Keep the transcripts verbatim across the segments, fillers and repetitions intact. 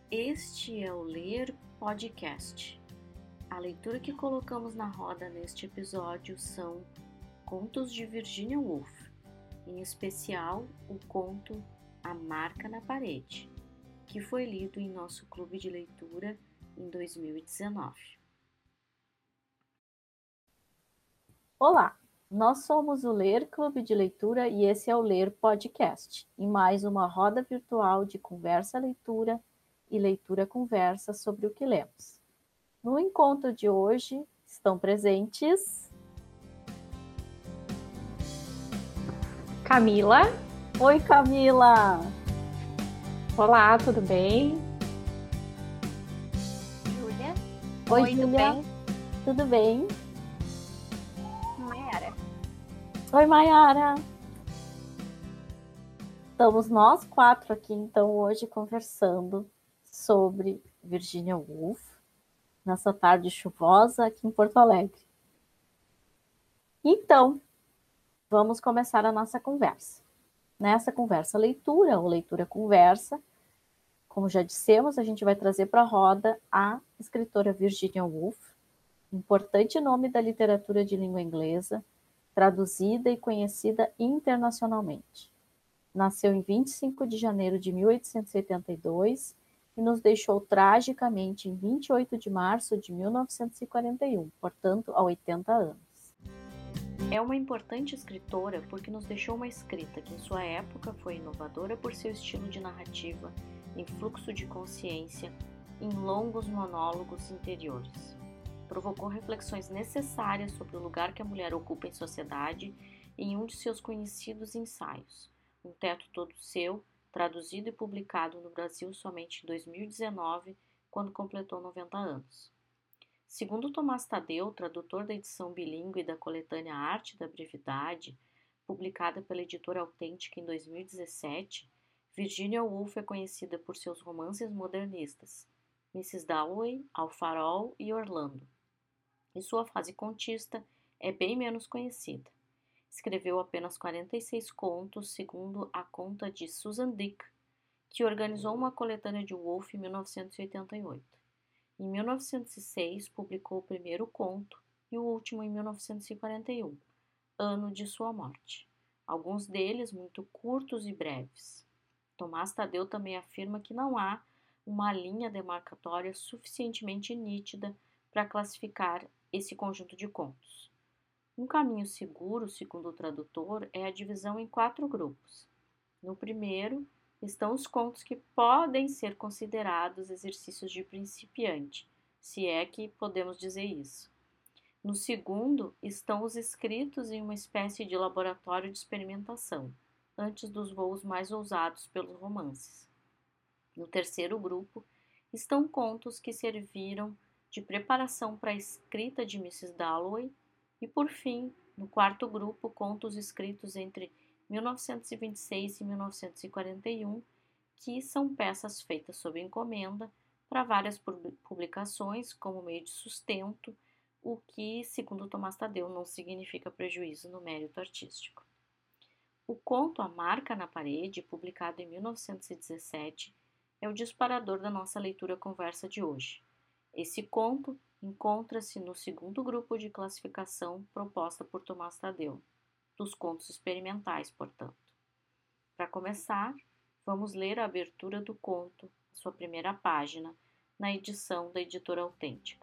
Este é o Ler Podcast. A leitura que colocamos na roda neste episódio são contos de Virginia Woolf, em especial o conto A Marca na Parede, que foi lido em nosso clube de leitura em dois mil e dezenove. Olá, nós somos o Ler Clube de Leitura e esse é o Ler Podcast, em mais uma roda virtual de conversa-leitura e leitura-conversa sobre o que lemos. No encontro de hoje estão presentes... Camila. Oi, Camila! Olá, tudo bem? Júlia. Oi, Oi, Júlia. tudo bem? Tudo bem? Mayara. Oi, Mayara! Estamos nós quatro aqui, então, hoje conversando sobre Virginia Woolf, nessa tarde chuvosa aqui em Porto Alegre. Então, vamos começar a nossa conversa. Nessa conversa leitura, ou leitura-conversa, como já dissemos, a gente vai trazer para a roda a escritora Virginia Woolf, importante nome da literatura de língua inglesa, traduzida e conhecida internacionalmente. Nasceu em vinte e cinco de janeiro de mil oitocentos e oitenta e dois e nos deixou tragicamente em vinte e oito de março de mil novecentos e quarenta e um, portanto, há oitenta anos. É uma importante escritora porque nos deixou uma escrita que em sua época foi inovadora por seu estilo de narrativa, em fluxo de consciência, em longos monólogos interiores. Provocou reflexões necessárias sobre o lugar que a mulher ocupa em sociedade em um de seus conhecidos ensaios, Um Teto Todo Seu, traduzido e publicado no Brasil somente em dois mil e dezenove, quando completou noventa anos. Segundo Tomás Tadeu, tradutor da edição bilíngue da coletânea Arte da Brevidade, publicada pela editora Autêntica em dois mil e dezessete, Virginia Woolf é conhecida por seus romances modernistas, missus Dalloway, Ao Farol e Orlando. E sua fase contista é bem menos conhecida. Escreveu apenas quarenta e seis contos, segundo a conta de Susan Dick, que organizou uma coletânea de Woolf em mil novecentos e oitenta e oito. Em mil novecentos e seis, publicou o primeiro conto e o último em mil novecentos e quarenta e um, ano de sua morte. Alguns deles muito curtos e breves. Tomás Tadeu também afirma que não há uma linha demarcatória suficientemente nítida para classificar esse conjunto de contos. Um caminho seguro, segundo o tradutor, é a divisão em quatro grupos. No primeiro, estão os contos que podem ser considerados exercícios de principiante, se é que podemos dizer isso. No segundo, estão os escritos em uma espécie de laboratório de experimentação, antes dos voos mais ousados pelos romances. No terceiro grupo, estão contos que serviram de preparação para a escrita de missus Dalloway e, por fim, no quarto grupo, contos escritos entre mil novecentos e vinte e seis e mil novecentos e quarenta e um, que são peças feitas sob encomenda para várias publicações como meio de sustento, o que, segundo Tomás Tadeu, não significa prejuízo no mérito artístico. O conto A Marca na Parede, publicado em mil novecentos e dezessete, é o disparador da nossa leitura-conversa de hoje. Esse conto encontra-se no segundo grupo de classificação proposta por Tomás Tadeu, dos contos experimentais, portanto. Para começar, vamos ler a abertura do conto, sua primeira página, na edição da editora Autêntica.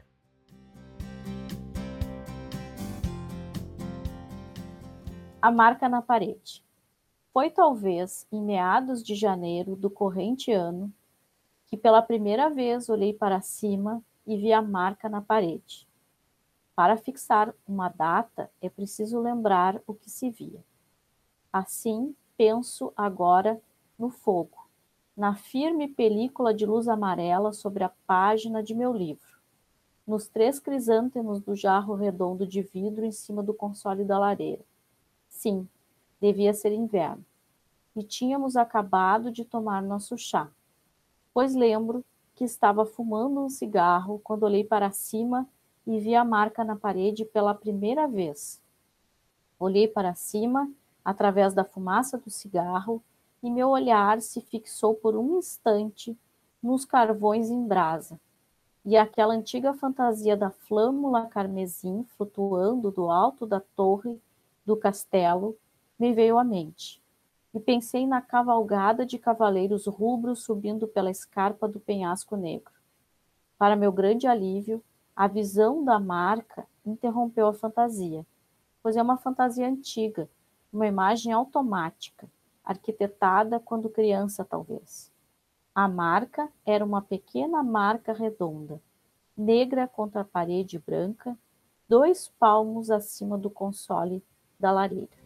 A Marca na Parede. Foi talvez em meados de janeiro do corrente ano que pela primeira vez olhei para cima e vi a marca na parede. Para fixar uma data, é preciso lembrar o que se via. Assim, penso agora no fogo, na firme película de luz amarela sobre a página de meu livro, nos três crisântemos do jarro redondo de vidro em cima do console da lareira. Sim, devia ser inverno, e tínhamos acabado de tomar nosso chá, pois lembro que estava fumando um cigarro quando olhei para cima e vi a marca na parede pela primeira vez. Olhei para cima, através da fumaça do cigarro, e meu olhar se fixou por um instante nos carvões em brasa, e aquela antiga fantasia da flâmula carmesim flutuando do alto da torre do castelo me veio à mente. E pensei na cavalgada de cavaleiros rubros subindo pela escarpa do penhasco negro. Para meu grande alívio, a visão da marca interrompeu a fantasia, pois é uma fantasia antiga, uma imagem automática, arquitetada quando criança, talvez. A marca era uma pequena marca redonda, negra contra a parede branca, dois palmos acima do console da lareira.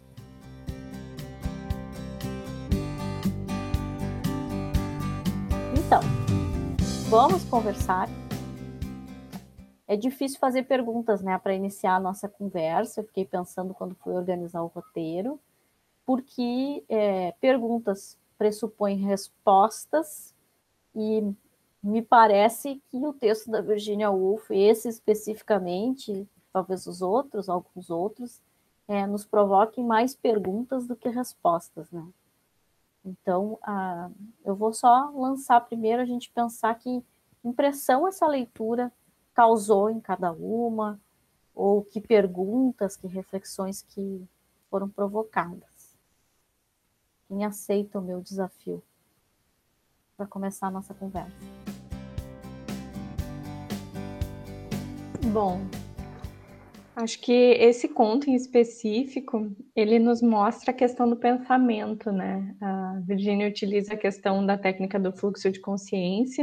Então, vamos conversar. É difícil fazer perguntas, né, para iniciar a nossa conversa. Eu fiquei pensando quando fui organizar o roteiro, porque é, perguntas pressupõem respostas e me parece que o texto da Virginia Woolf, esse especificamente, talvez os outros, alguns outros, é, nos provoquem mais perguntas do que respostas, né? Então, a, eu vou só lançar primeiro a gente pensar que impressão essa leitura causou em cada uma, ou que perguntas, que reflexões que foram provocadas. Quem aceita o meu desafio para começar a nossa conversa? Bom, acho que esse conto em específico, ele nos mostra a questão do pensamento, né? A Virginia utiliza a questão da técnica do fluxo de consciência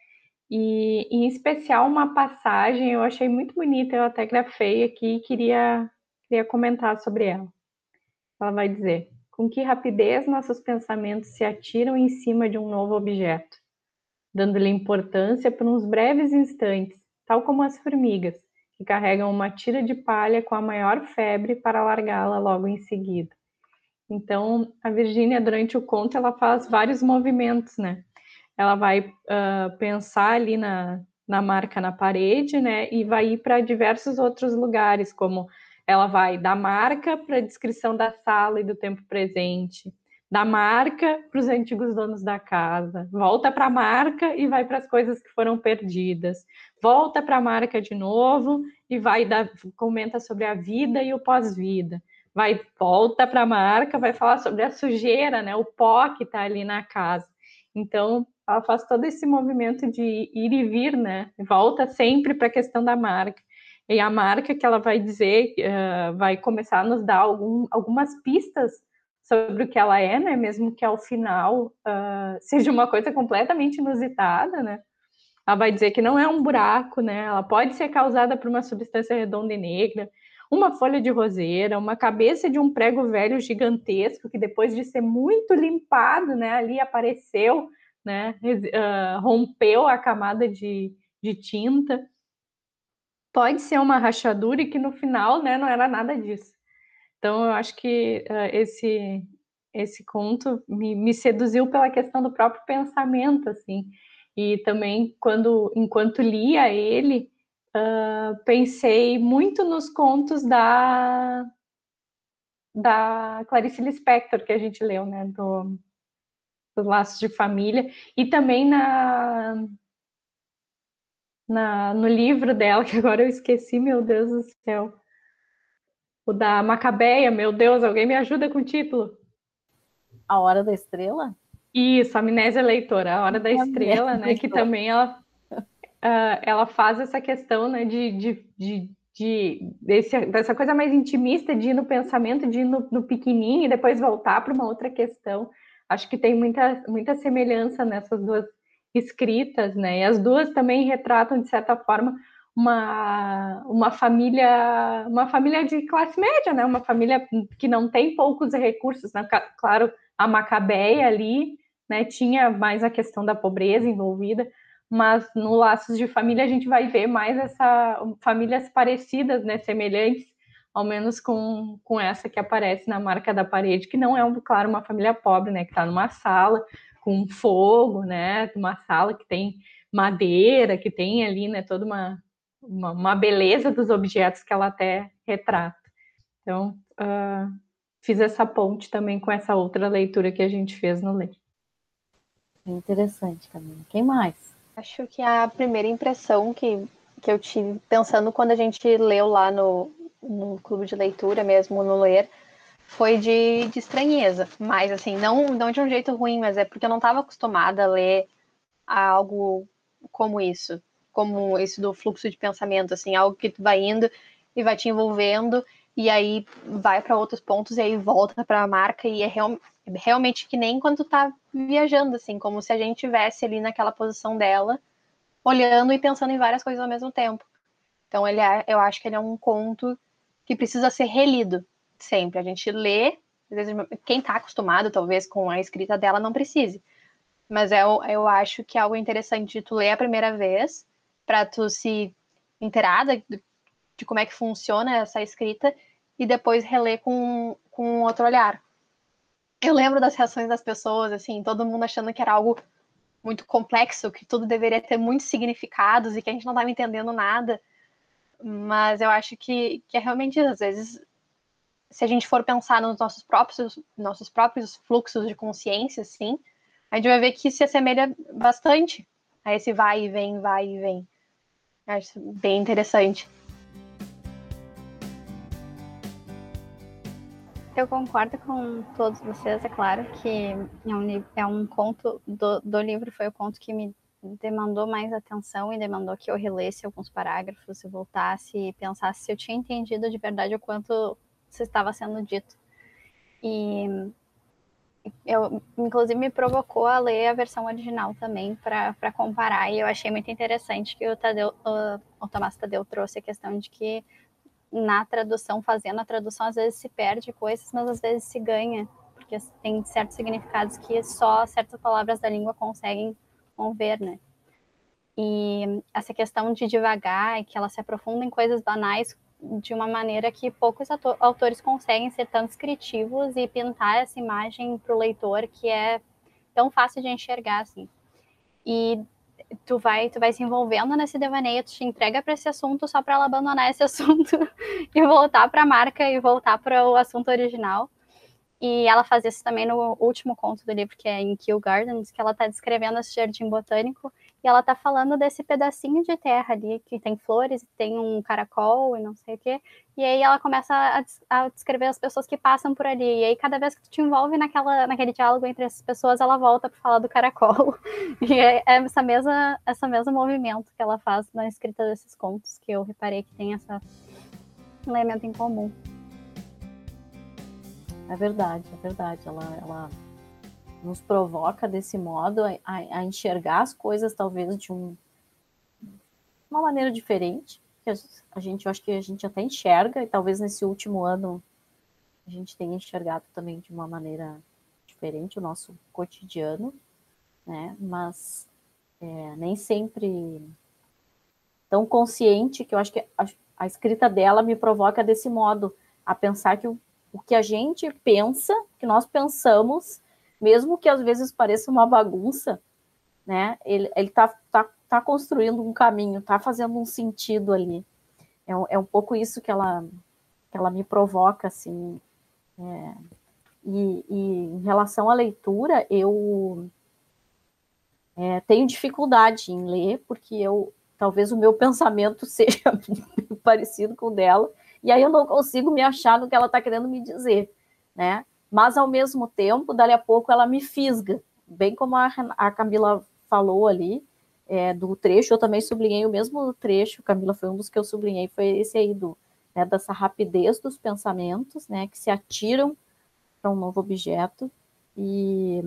e, em especial, uma passagem eu achei muito bonita, eu até grafei aqui e queria, queria comentar sobre ela. Ela vai dizer: com que rapidez nossos pensamentos se atiram em cima de um novo objeto, dando-lhe importância por uns breves instantes, tal como as formigas, que carregam uma tira de palha com a maior febre para largá-la logo em seguida. Então, a Virginia, durante o conto, ela faz vários movimentos, né? Ela vai uh, pensar ali na, na marca na parede, né? E vai ir para diversos outros lugares, como ela vai da marca para a descrição da sala e do tempo presente, da marca para os antigos donos da casa, volta para a marca e vai para as coisas que foram perdidas, volta para a marca de novo e vai dar, comenta sobre a vida e o pós-vida, vai, volta para a marca, vai falar sobre a sujeira, né, o pó que está ali na casa. Então, ela faz todo esse movimento de ir e vir, né, volta sempre para a questão da marca. E a marca que ela vai dizer, uh, vai começar a nos dar algum, algumas pistas sobre o que ela é, né? Mesmo que ao final uh, seja uma coisa completamente inusitada, né? Ela vai dizer que não é um buraco, né? Ela pode ser causada por uma substância redonda e negra, uma folha de roseira, uma cabeça de um prego velho gigantesco que depois de ser muito limpado, né? Ali apareceu, né? Uh, rompeu a camada de, de tinta. Pode ser uma rachadura e que no final, né, não era nada disso. Então, eu acho que uh, esse, esse conto me, me seduziu pela questão do próprio pensamento, assim. E também, quando, enquanto lia ele, uh, pensei muito nos contos da, da Clarice Lispector, que a gente leu, né, do, dos Laços de Família, e também na, na, no livro dela, que agora eu esqueci, meu Deus do céu. O da Macabeia, meu Deus, alguém me ajuda com o título? A Hora da Estrela? Isso, Amnésia Leitora, A Hora da Amnésia Estrela, né? Que Leitora. também ela, uh, ela faz essa questão, né? De, de, de, de desse, dessa coisa mais intimista de ir no pensamento, de ir no, no pequenininho e depois voltar para uma outra questão. Acho que tem muita, muita semelhança nessas duas escritas, né? E as duas também retratam, de certa forma, uma, uma família uma família de classe média, né? Uma família que não tem poucos recursos, né? Claro, a Macabeia ali, né, tinha mais a questão da pobreza envolvida, mas no Laços de Família a gente vai ver mais essa famílias parecidas, né, semelhantes, ao menos com, com essa que aparece na marca da parede, que não é, claro, uma família pobre, né, que está numa sala com fogo, né, uma sala que tem madeira, que tem ali, né, toda uma, uma, uma beleza dos objetos que ela até retrata. Então, uh, fiz essa ponte também com essa outra leitura que a gente fez no Lê. Interessante, Camila. Quem mais? Acho que a primeira impressão que, que eu tive, pensando quando a gente leu lá no, no clube de leitura mesmo, no ler, foi de, de estranheza. Mas, assim, não, não de um jeito ruim, mas é porque eu não estava acostumada a ler algo como isso. Como isso do fluxo de pensamento, assim, algo que tu vai indo e vai te envolvendo, e aí vai para outros pontos, e aí volta para a marca, e é real, realmente que nem quando tu tá viajando, assim, como se a gente estivesse ali naquela posição dela, olhando e pensando em várias coisas ao mesmo tempo. Então, ele é, eu acho que ele é um conto que precisa ser relido sempre. A gente lê, às vezes, quem está acostumado, talvez, com a escrita dela, não precise. Mas eu, eu acho que é algo interessante de tu ler a primeira vez, para tu se inteirar de, de como é que funciona essa escrita, e depois reler com, com outro olhar. Eu lembro das reações das pessoas, assim, todo mundo achando que era algo muito complexo, que tudo deveria ter muitos significados e que a gente não estava entendendo nada. Mas eu acho que, que é realmente, às vezes, se a gente for pensar nos nossos próprios, nossos próprios fluxos de consciência, assim, a gente vai ver que se assemelha bastante a esse vai e vem, vai e vem. Eu acho bem interessante. Eu concordo com todos vocês, é claro que é um, é um conto do, do livro, foi o conto que me demandou mais atenção e demandou que eu relesse alguns parágrafos e voltasse e pensasse se eu tinha entendido de verdade o quanto isso estava sendo dito. E eu, inclusive, me provocou a ler a versão original também para comparar, e eu achei muito interessante que o, Tadeu, o, o Tomás Tadeu trouxe a questão de que na tradução, fazendo a tradução, às vezes se perde coisas, mas às vezes se ganha, porque tem certos significados que só certas palavras da língua conseguem conver, né? E essa questão de devagar, que ela se aprofunda em coisas banais de uma maneira que poucos autores conseguem ser tão descritivos e pintar essa imagem para o leitor que é tão fácil de enxergar, assim. E tu vai, tu vai se envolvendo nesse devaneio, tu te entrega para esse assunto só para ela abandonar esse assunto e voltar para a marca e voltar para o assunto original. E ela faz isso também no último conto do livro, que é em Kew Gardens, que ela está descrevendo esse jardim botânico e ela está falando desse pedacinho de terra ali, que tem flores, tem um caracol e não sei o quê. E aí ela começa a, a descrever as pessoas que passam por ali. E aí cada vez que tu te envolve naquela, naquele diálogo entre essas pessoas, ela volta para falar do caracol. E é essa mesma, essa mesmo movimento que ela faz na escrita desses contos, que eu reparei que tem esse elemento em comum. É verdade, é verdade. Ela, ela nos provoca desse modo a, a enxergar as coisas talvez de um, uma maneira diferente. Que a, a gente, eu acho que a gente até enxerga, e talvez nesse último ano a gente tenha enxergado também de uma maneira diferente o nosso cotidiano, né? Mas é, nem sempre tão consciente, que eu acho que a, a escrita dela me provoca desse modo, a pensar que o o que a gente pensa, que nós pensamos, mesmo que às vezes pareça uma bagunça, né? Ele está tá, tá construindo um caminho, está fazendo um sentido ali. É, é um pouco isso que ela, que ela me provoca, assim. É, e, e em relação à leitura, eu é, tenho dificuldade em ler, porque eu, talvez o meu pensamento seja parecido com o dela, e aí eu não consigo me achar no que ela está querendo me dizer, né? Mas, ao mesmo tempo, dali a pouco ela me fisga, bem como a, a Camila falou ali, é, do trecho, eu também sublinhei o mesmo trecho, Camila, foi um dos que eu sublinhei, foi esse aí, do, né, dessa rapidez dos pensamentos, né, que se atiram para um novo objeto, e,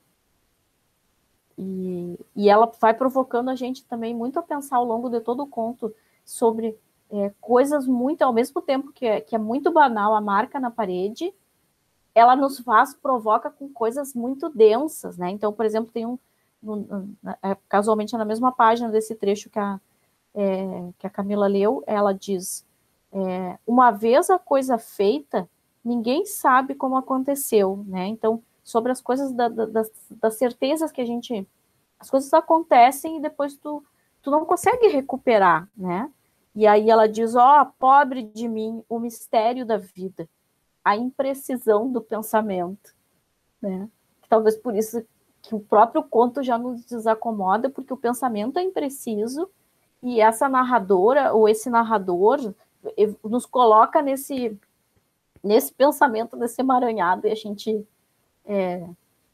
e, e ela vai provocando a gente também muito a pensar ao longo de todo o conto sobre É, coisas muito, ao mesmo tempo que é, que é muito banal a marca na parede, ela nos faz, provoca com coisas muito densas, né? Então, por exemplo, tem um, um, é, casualmente na mesma página desse trecho que a, é, que a Camila leu, ela diz, é, uma vez a coisa feita, ninguém sabe como aconteceu, né? Então, sobre as coisas, da, da, das, das certezas que a gente, as coisas acontecem e depois tu, tu não consegue recuperar, né? E aí ela diz, ó, oh, pobre de mim, o mistério da vida, a imprecisão do pensamento, né? Talvez por isso que o próprio conto já nos desacomoda, porque o pensamento é impreciso, e essa narradora, ou esse narrador, nos coloca nesse, nesse pensamento, nesse emaranhado, e a gente, é,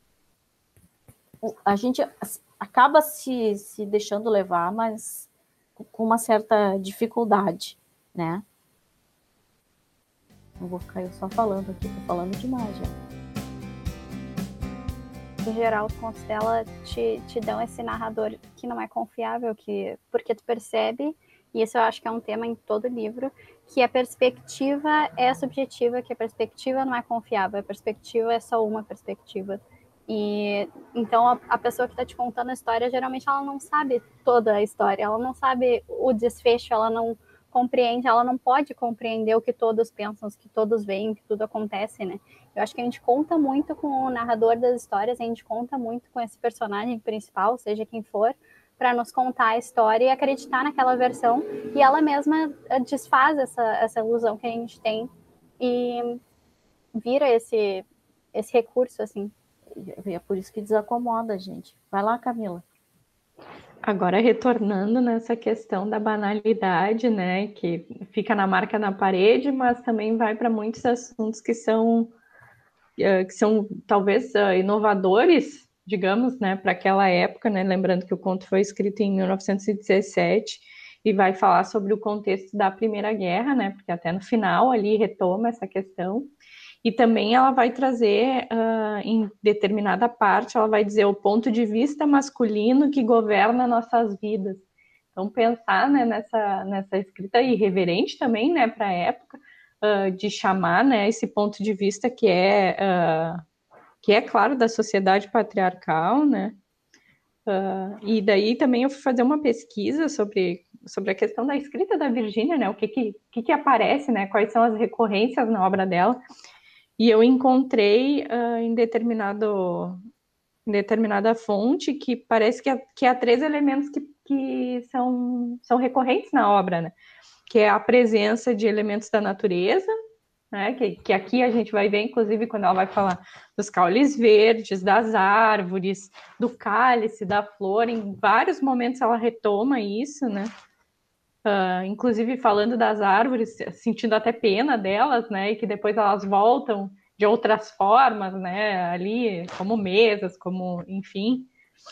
a gente acaba se, se deixando levar, mas com uma certa dificuldade, né? Não vou ficar eu só falando aqui, tô falando demais já. Em geral, os contos dela te, te dão esse narrador que não é confiável, que, porque tu percebe, e isso eu acho que é um tema em todo livro, que a perspectiva é subjetiva, que a perspectiva não é confiável, a perspectiva é só uma perspectiva. E então a, a pessoa que está te contando a história, geralmente ela não sabe toda a história, ela não sabe o desfecho, ela não compreende, ela não pode compreender o que todos pensam, o que todos veem, o que tudo acontece, né? Eu acho que a gente conta muito com o narrador das histórias, a gente conta muito com esse personagem principal, seja quem for, para nos contar a história e acreditar naquela versão, e ela mesma desfaz essa, essa ilusão que a gente tem e vira esse, esse recurso, assim. E é por isso que desacomoda a gente. Vai lá, Camila. Agora, retornando nessa questão da banalidade, né, que fica na marca na parede, mas também vai para muitos assuntos que são, uh, que são talvez uh, inovadores, digamos, né, para aquela época, né, lembrando que o conto foi escrito em mil novecentos e dezessete e vai falar sobre o contexto da Primeira Guerra, né, porque até no final ali retoma essa questão. E também ela vai trazer, uh, em determinada parte, ela vai dizer o ponto de vista masculino que governa nossas vidas. Então, pensar, né, nessa, nessa escrita irreverente também, né, para a época, uh, de chamar, né, esse ponto de vista que é, uh, que é, claro, da sociedade patriarcal, né. Uh, e daí também eu fui fazer uma pesquisa sobre, sobre a questão da escrita da Virgínia, né, o que que, que que aparece, né, quais são as recorrências na obra dela. E eu encontrei uh, em, determinado, em determinada fonte que parece que há, que há três elementos que, que são, são recorrentes na obra, né? Que é a presença de elementos da natureza, né? que, que aqui a gente vai ver, inclusive, quando ela vai falar dos caules verdes, das árvores, do cálice, da flor, em vários momentos ela retoma isso, né? Uh, inclusive falando das árvores, sentindo até pena delas, né, e que depois elas voltam de outras formas, né, ali, como mesas, como, enfim.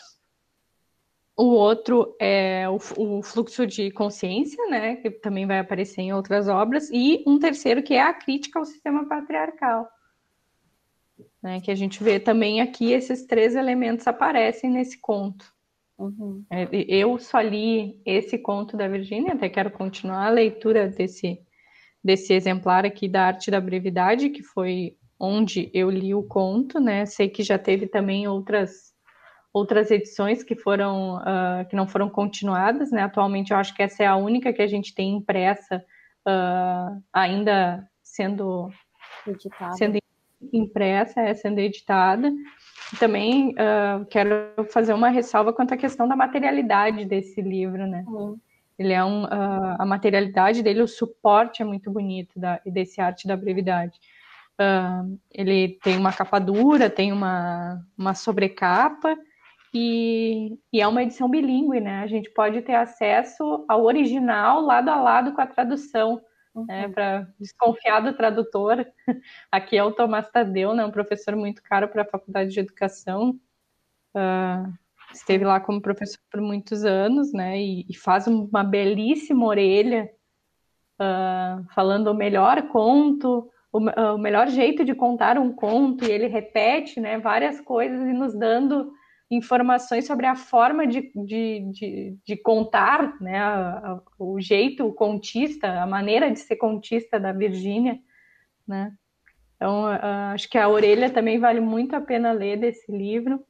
O outro é o, o fluxo de consciência, né, que também vai aparecer em outras obras, e um terceiro que é a crítica ao sistema patriarcal, né, que a gente vê também aqui, esses três elementos aparecem nesse conto. Uhum. Eu só li esse conto da Virgínia, até quero continuar a leitura desse, desse exemplar aqui da Arte da Brevidade, que foi onde eu li o conto, né? Sei que já teve também outras, outras edições que foram uh, que não foram continuadas, né? Atualmente eu acho que essa é a única que a gente tem impressa, uh, ainda sendo, sendo impressa, é, sendo editada. Também uh, quero fazer uma ressalva quanto à questão da materialidade desse livro, né? Uhum. Ele é um, uh, a materialidade dele, o suporte é muito bonito da, desse Arte da Brevidade. Uh, ele tem uma capa dura, tem uma, uma sobrecapa e, e é uma edição bilíngue, né? A gente pode ter acesso ao original lado a lado com a tradução. Uhum. Né, para desconfiar do tradutor. Aqui é o Tomás Tadeu, né, um professor muito caro para a Faculdade de Educação, uh, esteve lá como professor por muitos anos, né, e, e faz uma belíssima orelha, uh, falando o melhor conto, o, uh, o melhor jeito de contar um conto, e ele repete, né, várias coisas e nos dando informações sobre a forma de, de, de, de contar, né, a, a, o jeito contista, a maneira de ser contista da Virgínia, né. Então, uh, acho que a orelha também vale muito a pena ler desse livro.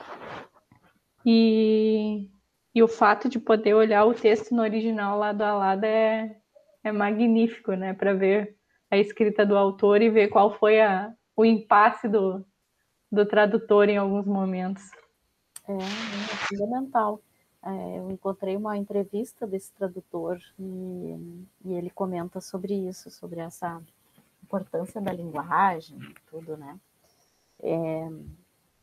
E, e o fato de poder olhar o texto no original lado a lado é, é magnífico, né, para ver a escrita do autor e ver qual foi a, o impasse do, do tradutor em alguns momentos. É, é fundamental. É, eu encontrei uma entrevista desse tradutor e, e ele comenta sobre isso, sobre essa importância da linguagem, tudo, né? É,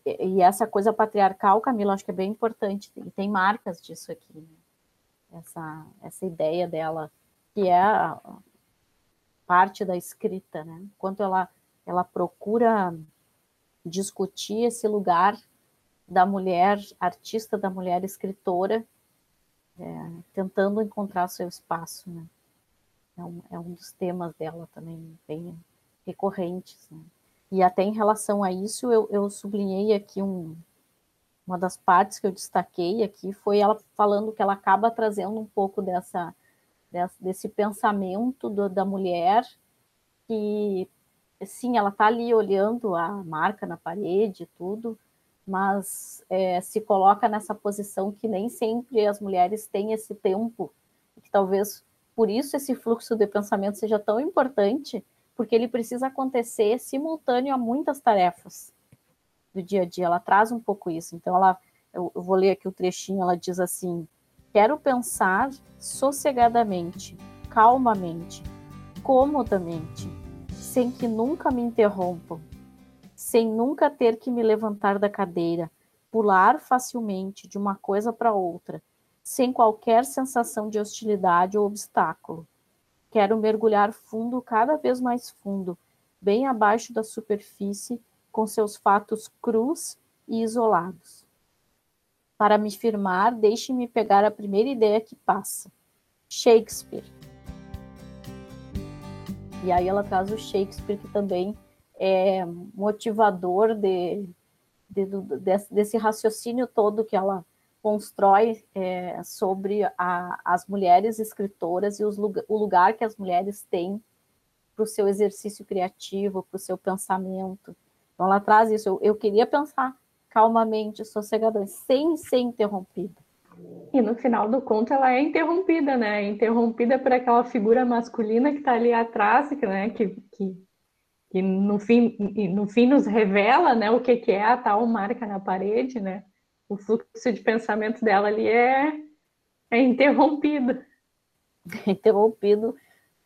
e essa coisa patriarcal, Camila, acho que é bem importante, e tem marcas disso aqui, né? essa, essa ideia dela, que é a parte da escrita, né? Quanto ela, ela procura discutir esse lugar da mulher artista, da mulher escritora, é, tentando encontrar seu espaço, né? É um, é um dos temas dela também, bem recorrentes, né? E até em relação a isso, eu, eu sublinhei aqui um, uma das partes que eu destaquei aqui, foi ela falando que ela acaba trazendo um pouco dessa, desse, desse pensamento do, da mulher, que, sim, ela está ali olhando a marca na parede e tudo, mas é, se coloca nessa posição que nem sempre as mulheres têm esse tempo, que talvez por isso esse fluxo de pensamento seja tão importante, porque ele precisa acontecer simultâneo a muitas tarefas do dia a dia. Ela traz um pouco isso. Então, ela, eu, eu vou ler aqui o trechinho, ela diz assim: quero pensar sossegadamente, calmamente, comodamente, sem que nunca me interrompam, sem nunca ter que me levantar da cadeira, pular facilmente de uma coisa para outra, sem qualquer sensação de hostilidade ou obstáculo. Quero mergulhar fundo, cada vez mais fundo, bem abaixo da superfície, com seus fatos crus e isolados. Para me firmar, deixe-me pegar a primeira ideia que passa. Shakespeare. E aí ela traz o Shakespeare, que também é motivador de, de, de, desse raciocínio todo que ela constrói é, sobre a, as mulheres escritoras e os, o lugar que as mulheres têm para o seu exercício criativo, para o seu pensamento. Então ela traz isso. Eu, eu queria pensar calmamente, sossegadamente, sem ser interrompida. E no final do conto ela é interrompida, né? Interrompida por aquela figura masculina que está ali atrás, né? que, que, que no, fim, no fim nos revela, né, o que, que é a tal marca na parede, né? O fluxo de pensamento dela ali é, é interrompido. Interrompido,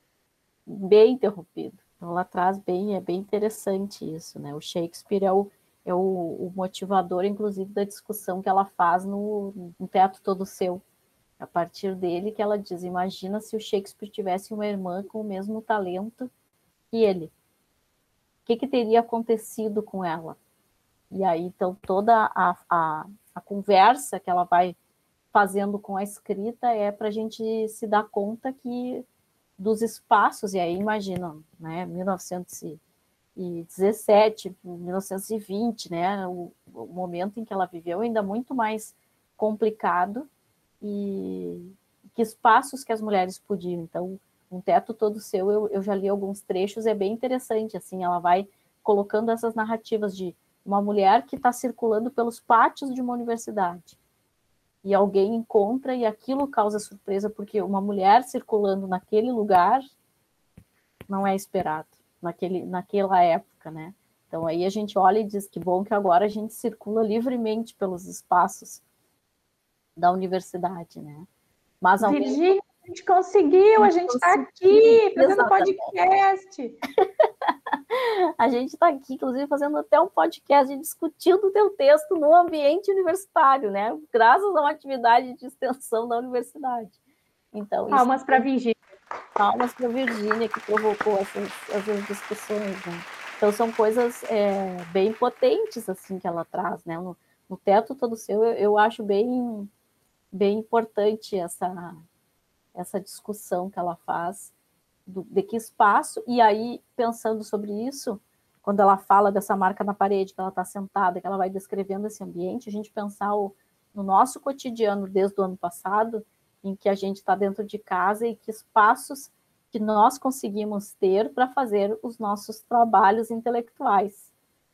bem interrompido. Então ela traz bem, é bem interessante isso, né? O Shakespeare é o, é o, o motivador, inclusive, da discussão que ela faz no, no Teto Todo Seu. A partir dele que ela diz, imagina se o Shakespeare tivesse uma irmã com o mesmo talento que ele. O que, que teria acontecido com ela? E aí, então, toda a, a, a conversa que ela vai fazendo com a escrita é para a gente se dar conta que dos espaços, e aí imagina, né, mil novecentos e dezessete, mil novecentos e vinte, né, o, o momento em que ela viveu ainda muito mais complicado, e que espaços que as mulheres podiam. Então, Um Teto Todo Seu, eu, eu já li alguns trechos, é bem interessante, assim, ela vai colocando essas narrativas de uma mulher que está circulando pelos pátios de uma universidade, e alguém encontra e aquilo causa surpresa, porque uma mulher circulando naquele lugar não é esperado, naquele, naquela época, né? Então aí a gente olha e diz que bom que agora a gente circula livremente pelos espaços da universidade, né? Mas ao Virgínia, mesmo... a gente conseguiu, a gente está aqui fazendo podcast. A gente está aqui, inclusive, fazendo até um podcast discutindo o teu texto no ambiente universitário, né? Graças a uma atividade de extensão da universidade. Então, palmas para a Virgínia. Palmas para a Virgínia, que provocou essas, essas discussões, né? Então, são coisas é, bem potentes, assim, que ela traz, né? No, no Teto Todo Seu, eu, eu acho bem, bem importante essa, essa discussão que ela faz do, de que espaço, e aí, pensando sobre isso, quando ela fala dessa marca na parede, que ela está sentada, que ela vai descrevendo esse ambiente, a gente pensar o, no nosso cotidiano desde o ano passado, em que a gente está dentro de casa e que espaços que nós conseguimos ter para fazer os nossos trabalhos intelectuais,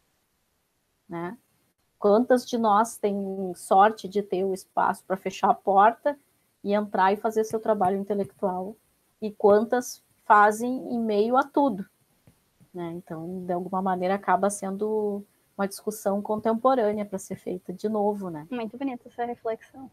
né? Quantas de nós têm sorte de ter o espaço para fechar a porta e entrar e fazer seu trabalho intelectual, e quantas fazem em meio a tudo, né? Então, de alguma maneira, acaba sendo uma discussão contemporânea para ser feita de novo, né? Muito bonita essa reflexão.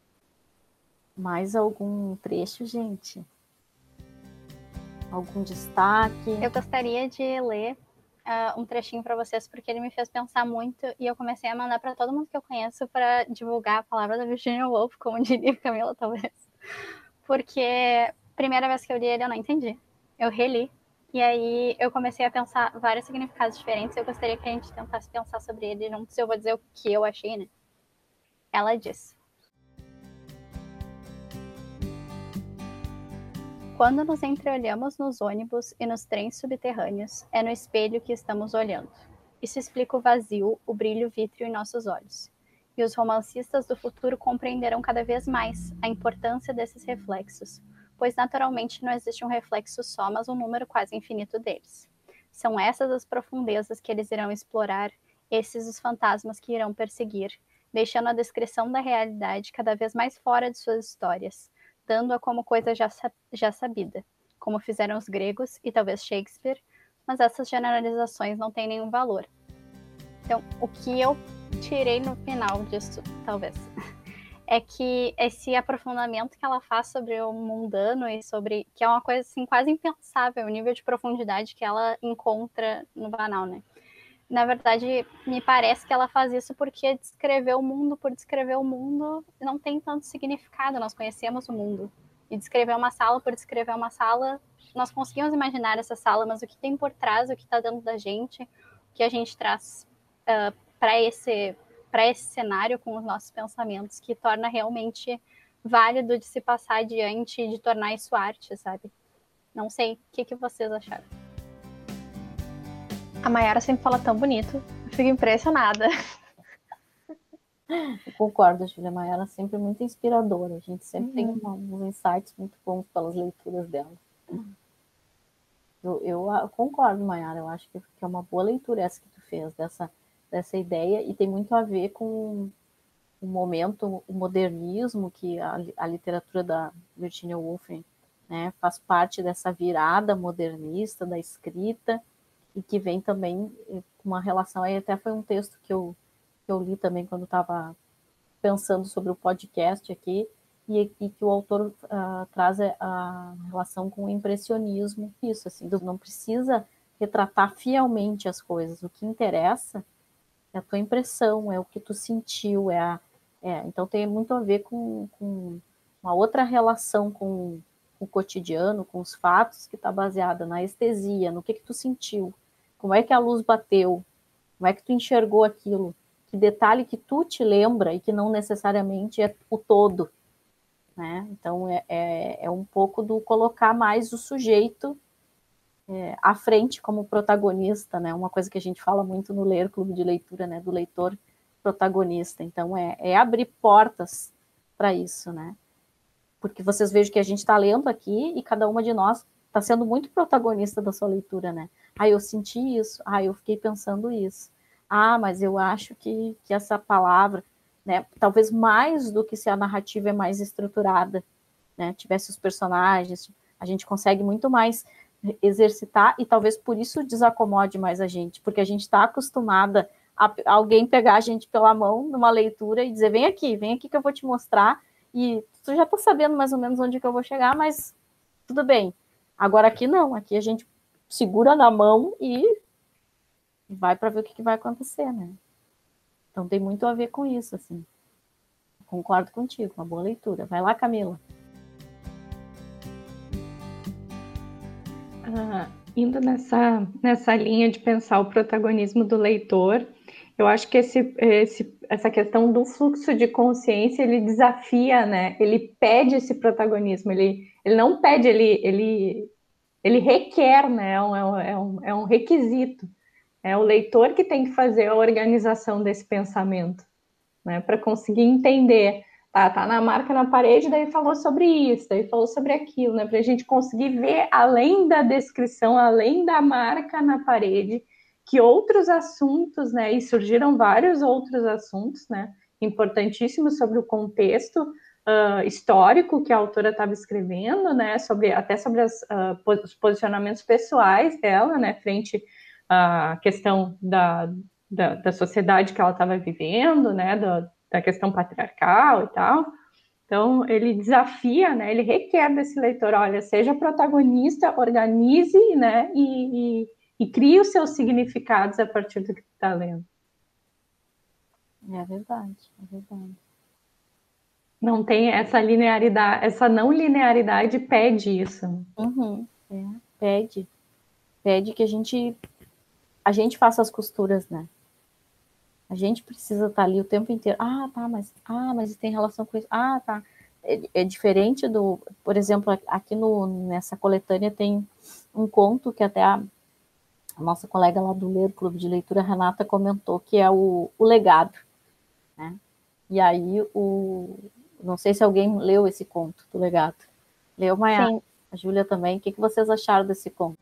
Mais algum trecho, gente? Algum destaque? Eu gostaria de ler uh, um trechinho para vocês, porque ele me fez pensar muito e eu comecei a mandar para todo mundo que eu conheço para divulgar a palavra da Virginia Woolf, como diria Camila, talvez. Porque primeira vez que eu li ele, eu não entendi. Eu reli. E aí eu comecei a pensar vários significados diferentes. Eu gostaria que a gente tentasse pensar sobre ele juntos. Eu vou dizer o que eu achei, né? Ela diz: quando nos entreolhamos nos ônibus e nos trens subterrâneos, é no espelho que estamos olhando. Isso explica o vazio, o brilho vítreo em nossos olhos. E os romancistas do futuro compreenderão cada vez mais a importância desses reflexos, pois naturalmente não existe um reflexo só, mas um número quase infinito deles. São essas as profundezas que eles irão explorar, esses os fantasmas que irão perseguir, deixando a descrição da realidade cada vez mais fora de suas histórias, dando-a como coisa já, já sabida, como fizeram os gregos e talvez Shakespeare, mas essas generalizações não têm nenhum valor. Então, o que eu tirei no final disso, talvez, é que esse aprofundamento que ela faz sobre o mundano e sobre, que é uma coisa assim quase impensável, o nível de profundidade que ela encontra no banal, né? Na verdade, me parece que ela faz isso porque descrever o mundo por descrever o mundo não tem tanto significado. Nós conhecemos o mundo. E descrever uma sala por descrever uma sala, nós conseguimos imaginar essa sala, mas o que tem por trás, o que está dentro da gente, o que a gente traz uh, para esse, para esse cenário com os nossos pensamentos, que torna realmente válido de se passar adiante e de tornar isso arte, sabe? Não sei, o que, que vocês acharam? A Mayara sempre fala tão bonito. Eu fico impressionada. Eu concordo, Julia. A Mayara é sempre muito inspiradora. A gente sempre uhum. tem uma, uns insights muito bons pelas leituras dela. Eu, eu, eu concordo, Mayara. Eu acho que, que é uma boa leitura essa que tu fez, dessa, dessa ideia. E tem muito a ver com o momento, o modernismo, que a, a literatura da Virginia Woolf, né, faz parte dessa virada modernista da escrita, e que vem também com uma relação, aí até foi um texto que eu, que eu li também quando estava pensando sobre o podcast aqui, e, e que o autor uh, traz a relação com o impressionismo, isso, assim, não precisa retratar fielmente as coisas, o que interessa é a tua impressão, é o que tu sentiu, é a, é, então tem muito a ver com, com uma outra relação com o cotidiano, com os fatos, que está baseada na estesia, no que que tu sentiu, como é que a luz bateu, como é que tu enxergou aquilo, que detalhe que tu te lembra e que não necessariamente é o todo, né? Então é, é, é um pouco do colocar mais o sujeito é, à frente como protagonista, né? Uma coisa que a gente fala muito no Ler Clube de Leitura, né? Do leitor protagonista. Então é, é abrir portas para isso, né? Porque vocês vejam que a gente está lendo aqui e cada uma de nós está sendo muito protagonista da sua leitura, né? Ah, eu senti isso. Ah, eu fiquei pensando isso. Ah, mas eu acho que, que essa palavra, né, talvez mais do que se a narrativa é mais estruturada, né, tivesse os personagens, a gente consegue muito mais exercitar e talvez por isso desacomode mais a gente, porque a gente está acostumada a alguém pegar a gente pela mão numa leitura e dizer, vem aqui, vem aqui que eu vou te mostrar, e tu já está sabendo mais ou menos onde que eu vou chegar, mas tudo bem. Agora aqui não, aqui a gente segura na mão e vai para ver o que, que vai acontecer, né? Então tem muito a ver com isso, assim. Concordo contigo, uma boa leitura. Vai lá, Camila. Ah, indo nessa, nessa linha de pensar o protagonismo do leitor, eu acho que esse, esse, essa questão do fluxo de consciência, ele desafia, né? Ele pede esse protagonismo, ele, ele não pede, ele, ele, ele requer, né? É um, é, um, é um requisito. É o leitor que tem que fazer a organização desse pensamento, né? Para conseguir entender. Tá, tá na marca na parede, daí falou sobre isso, daí falou sobre aquilo, né? Para a gente conseguir ver, além da descrição, além da marca na parede, que outros assuntos, né? E surgiram vários outros assuntos, né? Importantíssimos sobre o contexto uh, histórico que a autora estava escrevendo, né? Sobre, até sobre as, uh, os posicionamentos pessoais dela, né? Frente à questão da, da, da sociedade que ela estava vivendo, né? Da, da questão patriarcal e tal. Então, ele desafia, né? Ele requer desse leitor, olha, seja protagonista, organize, né? E, e, e cria os seus significados a partir do que tu está lendo. É verdade, é verdade. Não tem essa linearidade, essa não linearidade pede isso. Uhum, é, pede. Pede que a gente, a gente faça as costuras, né? A gente precisa estar ali o tempo inteiro. Ah, tá, mas, ah, mas tem relação com isso. Ah, tá. É, é diferente do, por exemplo, aqui no, nessa coletânea tem um conto que até a, a nossa colega lá do Ler Clube de Leitura, Renata, comentou, que é o, o Legado, né? E aí, o, não sei se alguém leu esse conto do Legado. Leu, Maia? Sim. A Júlia também. O que, que vocês acharam desse conto?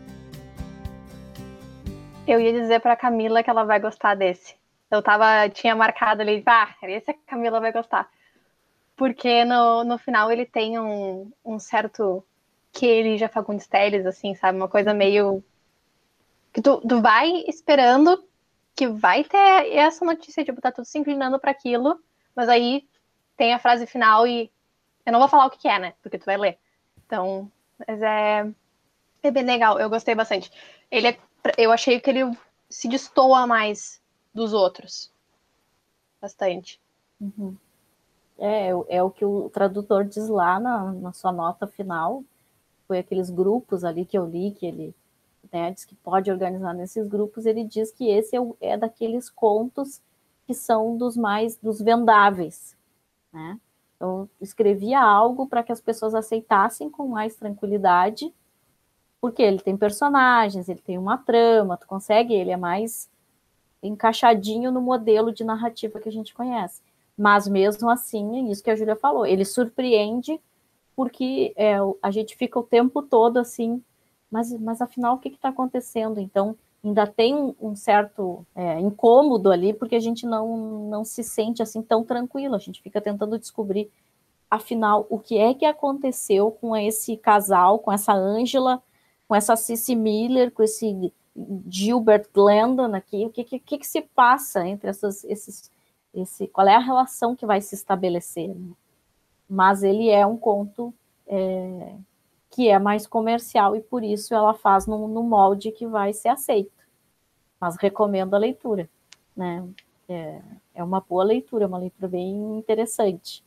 Eu ia dizer para a Camila que ela vai gostar desse. Eu tava, tinha marcado ali, ah, esse a Camila vai gostar. Porque no, no final ele tem um, um certo que ele já Fagundes Telles, assim, sabe? Uma coisa meio... que tu, tu vai esperando que vai ter essa notícia, tipo, tá tudo se inclinando para aquilo, mas aí tem a frase final e eu não vou falar o que, que é, né? Porque tu vai ler. Então, mas é, é bem legal, eu gostei bastante. Ele é, eu achei que ele se destoa mais dos outros. Bastante. Uhum. É, é o que o tradutor diz lá na, na sua nota final. Foi aqueles grupos ali que eu li, que ele, né, diz que pode organizar nesses grupos. Ele diz que esse é, o, é daqueles contos que são dos mais, dos vendáveis, né? Então, escrevia algo para que as pessoas aceitassem com mais tranquilidade, porque ele tem personagens, ele tem uma trama, tu consegue, ele é mais encaixadinho no modelo de narrativa que a gente conhece. Mas mesmo assim, é isso que a Júlia falou, ele surpreende porque é, a gente fica o tempo todo assim, mas, mas afinal o que está acontecendo? Então ainda tem um, um certo é, incômodo ali, porque a gente não, não se sente assim tão tranquilo, a gente fica tentando descobrir, afinal, o que é que aconteceu com esse casal, com essa Angela, com essa Cissy Miller, com esse Gilbert Glendon aqui, o que, que, que se passa entre essas, esses, esse, qual é a relação que vai se estabelecer, né? Mas ele é um conto é, que é mais comercial e por isso ela faz no, no molde que vai ser aceito. Mas recomendo a leitura, né? É, é uma boa leitura, uma leitura bem interessante.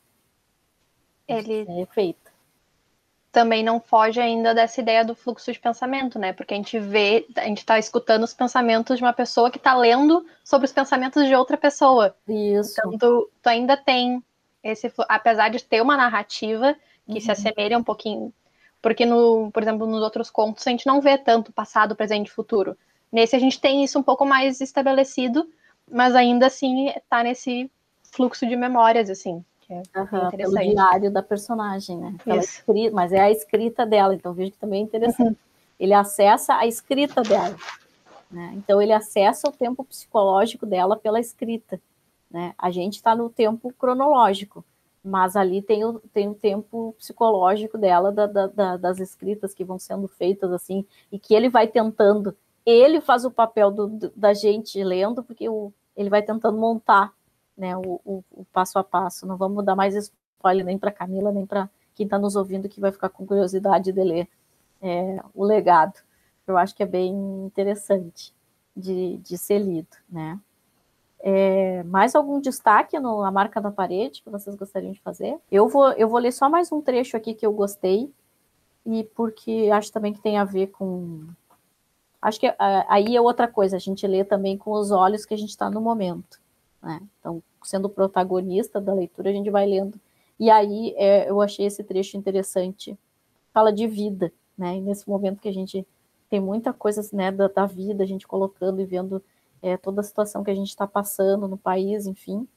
Ele É feita. também não foge ainda dessa ideia do fluxo de pensamento, né? Porque a gente vê, a gente tá escutando os pensamentos de uma pessoa que tá lendo sobre os pensamentos de outra pessoa. Isso. Então, tu, tu ainda tem esse, apesar de ter uma narrativa que uhum. se assemelha um pouquinho, porque, no, por exemplo, nos outros contos a gente não vê tanto passado, presente e futuro. Nesse a gente tem isso um pouco mais estabelecido, mas ainda assim tá nesse fluxo de memórias, assim. Que é uhum, pelo diário da personagem, né? Pela escrita, mas é a escrita dela, então vejo que também é interessante. Uhum. Ele acessa a escrita dela, né? Então ele acessa o tempo psicológico dela pela escrita, né? A gente está no tempo cronológico, mas ali tem o, tem o tempo psicológico dela, da, da, da, das escritas que vão sendo feitas assim, e que ele vai tentando, ele faz o papel do, do, da gente lendo, porque o, ele vai tentando montar, né, o, o, o passo a passo. Não vamos dar mais spoiler nem para Camila, nem para quem está nos ouvindo, que vai ficar com curiosidade de ler é, o Legado. Eu acho que é bem interessante de, de ser lido, né? É, mais algum destaque no A Marca da Parede que vocês gostariam de fazer? Eu vou, eu vou ler só mais um trecho aqui que eu gostei, e porque acho também que tem a ver com... Acho que aí é outra coisa, a gente lê também com os olhos que a gente está no momento, né? Então, sendo o protagonista da leitura, a gente vai lendo. E aí é, eu achei esse trecho interessante. Fala de vida, né? E nesse momento que a gente tem muita coisa, né, da, da vida, a gente colocando e vendo é, toda a situação que a gente está passando no país, enfim.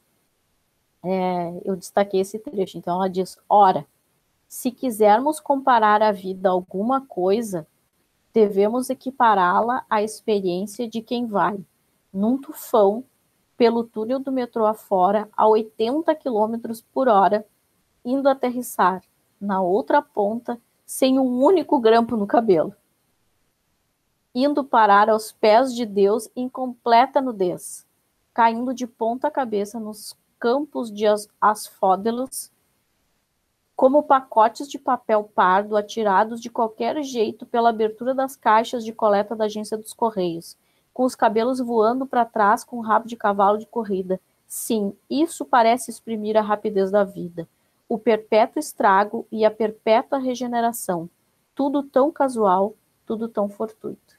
É, eu destaquei esse trecho. Então ela diz: ora, se quisermos comparar a vida a alguma coisa, devemos equipará-la à experiência de quem vai num tufão pelo túnel do metrô afora a oitenta quilômetros por hora, indo aterrissar na outra ponta sem um único grampo no cabelo, indo parar aos pés de Deus em completa nudez, caindo de ponta cabeça nos campos de asfódelos como pacotes de papel pardo atirados de qualquer jeito pela abertura das caixas de coleta da agência dos Correios, com os cabelos voando para trás com o rabo de cavalo de corrida. Sim, isso parece exprimir a rapidez da vida, o perpétuo estrago e a perpétua regeneração. Tudo tão casual, tudo tão fortuito.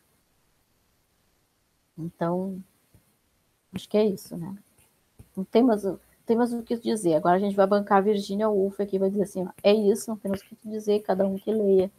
Então, acho que é isso, né? Não tem mais, não tem mais o que dizer. Agora a gente vai bancar a Virginia Woolf aqui, vai dizer assim, ó, é isso, não temos o que dizer, cada um que leia.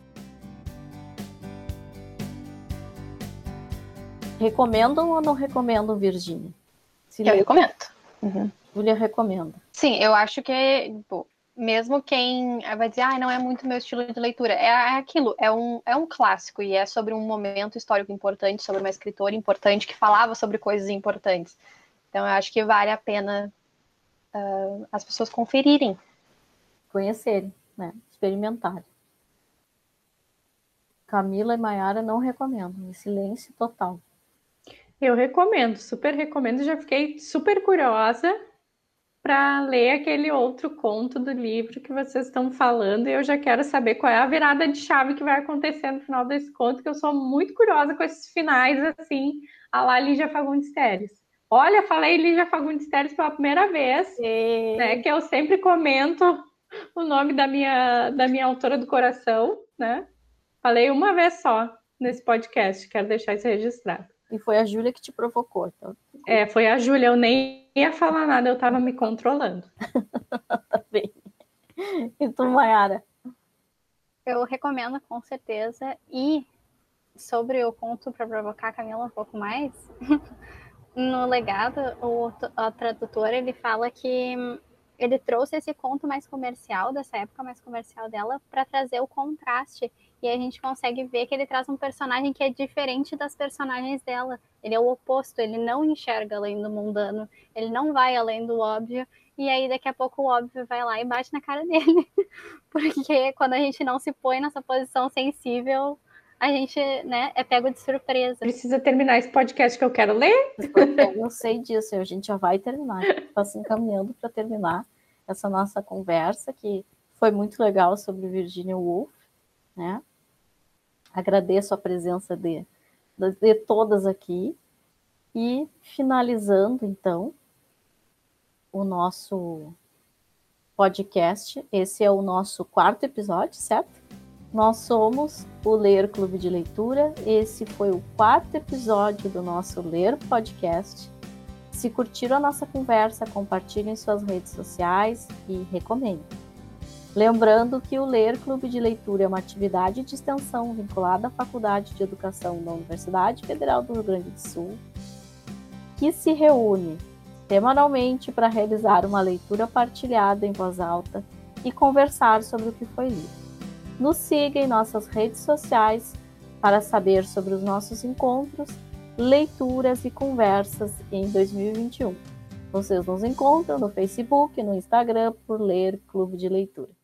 Recomendam ou não recomendam, Virginia? Se Eu lê. recomendo. Uhum. Júlia recomenda. Sim, eu acho que, tipo, mesmo quem vai dizer, ah, não é muito meu estilo de leitura, é, é aquilo, é um, é um clássico e é sobre um momento histórico importante, sobre uma escritora importante que falava sobre coisas importantes. Então, eu acho que vale a pena uh, as pessoas conferirem. Conhecerem, né? Experimentarem. Camila e Maiara não recomendam, em silêncio total. Eu recomendo, super recomendo. Já fiquei super curiosa para ler aquele outro conto do livro que vocês estão falando, e eu já quero saber qual é a virada de chave que vai acontecer no final desse conto, que eu sou muito curiosa com esses finais, assim, a lá Lígia Fagundes Telles. Olha, falei Lígia Fagundes Telles pela primeira vez, E... né, que eu sempre comento o nome da minha, da minha autora do coração, né? Falei uma vez só nesse podcast, quero deixar isso registrado. E foi a Júlia que te provocou. Então... É, foi a Júlia, eu nem ia falar nada, eu tava me controlando. Tá bem. E tu, Maiara? Eu recomendo com certeza. E sobre o conto, para provocar a Camila um pouco mais, no legado, o, o tradutor ele fala que ele trouxe esse conto mais comercial, dessa época mais comercial dela, para trazer o contraste. E a gente consegue ver que ele traz um personagem que é diferente das personagens dela. Ele é o oposto, ele não enxerga além do mundano, ele não vai além do óbvio. E aí daqui a pouco o óbvio vai lá e bate na cara dele. Porque quando a gente não se põe nessa posição sensível, a gente, né, é pego de surpresa. Precisa terminar esse podcast que eu quero ler? Eu não sei disso, a gente já vai terminar. Está se encaminhando para terminar essa nossa conversa, que foi muito legal, sobre Virginia Woolf, né? Agradeço a presença de, de todas aqui. E finalizando, então, o nosso podcast. Esse é o nosso quarto episódio, certo? Nós somos o Ler Clube de Leitura. Esse foi o quarto episódio do nosso Ler Podcast. Se curtiram a nossa conversa, compartilhem em suas redes sociais e recomendem. Lembrando que o Ler Clube de Leitura é uma atividade de extensão vinculada à Faculdade de Educação da Universidade Federal do Rio Grande do Sul, que se reúne semanalmente para realizar uma leitura partilhada em voz alta e conversar sobre o que foi lido. Nos siga em nossas redes sociais para saber sobre os nossos encontros, leituras e conversas em dois mil e vinte e um. Vocês nos encontram no Facebook e no Instagram por Ler Clube de Leitura.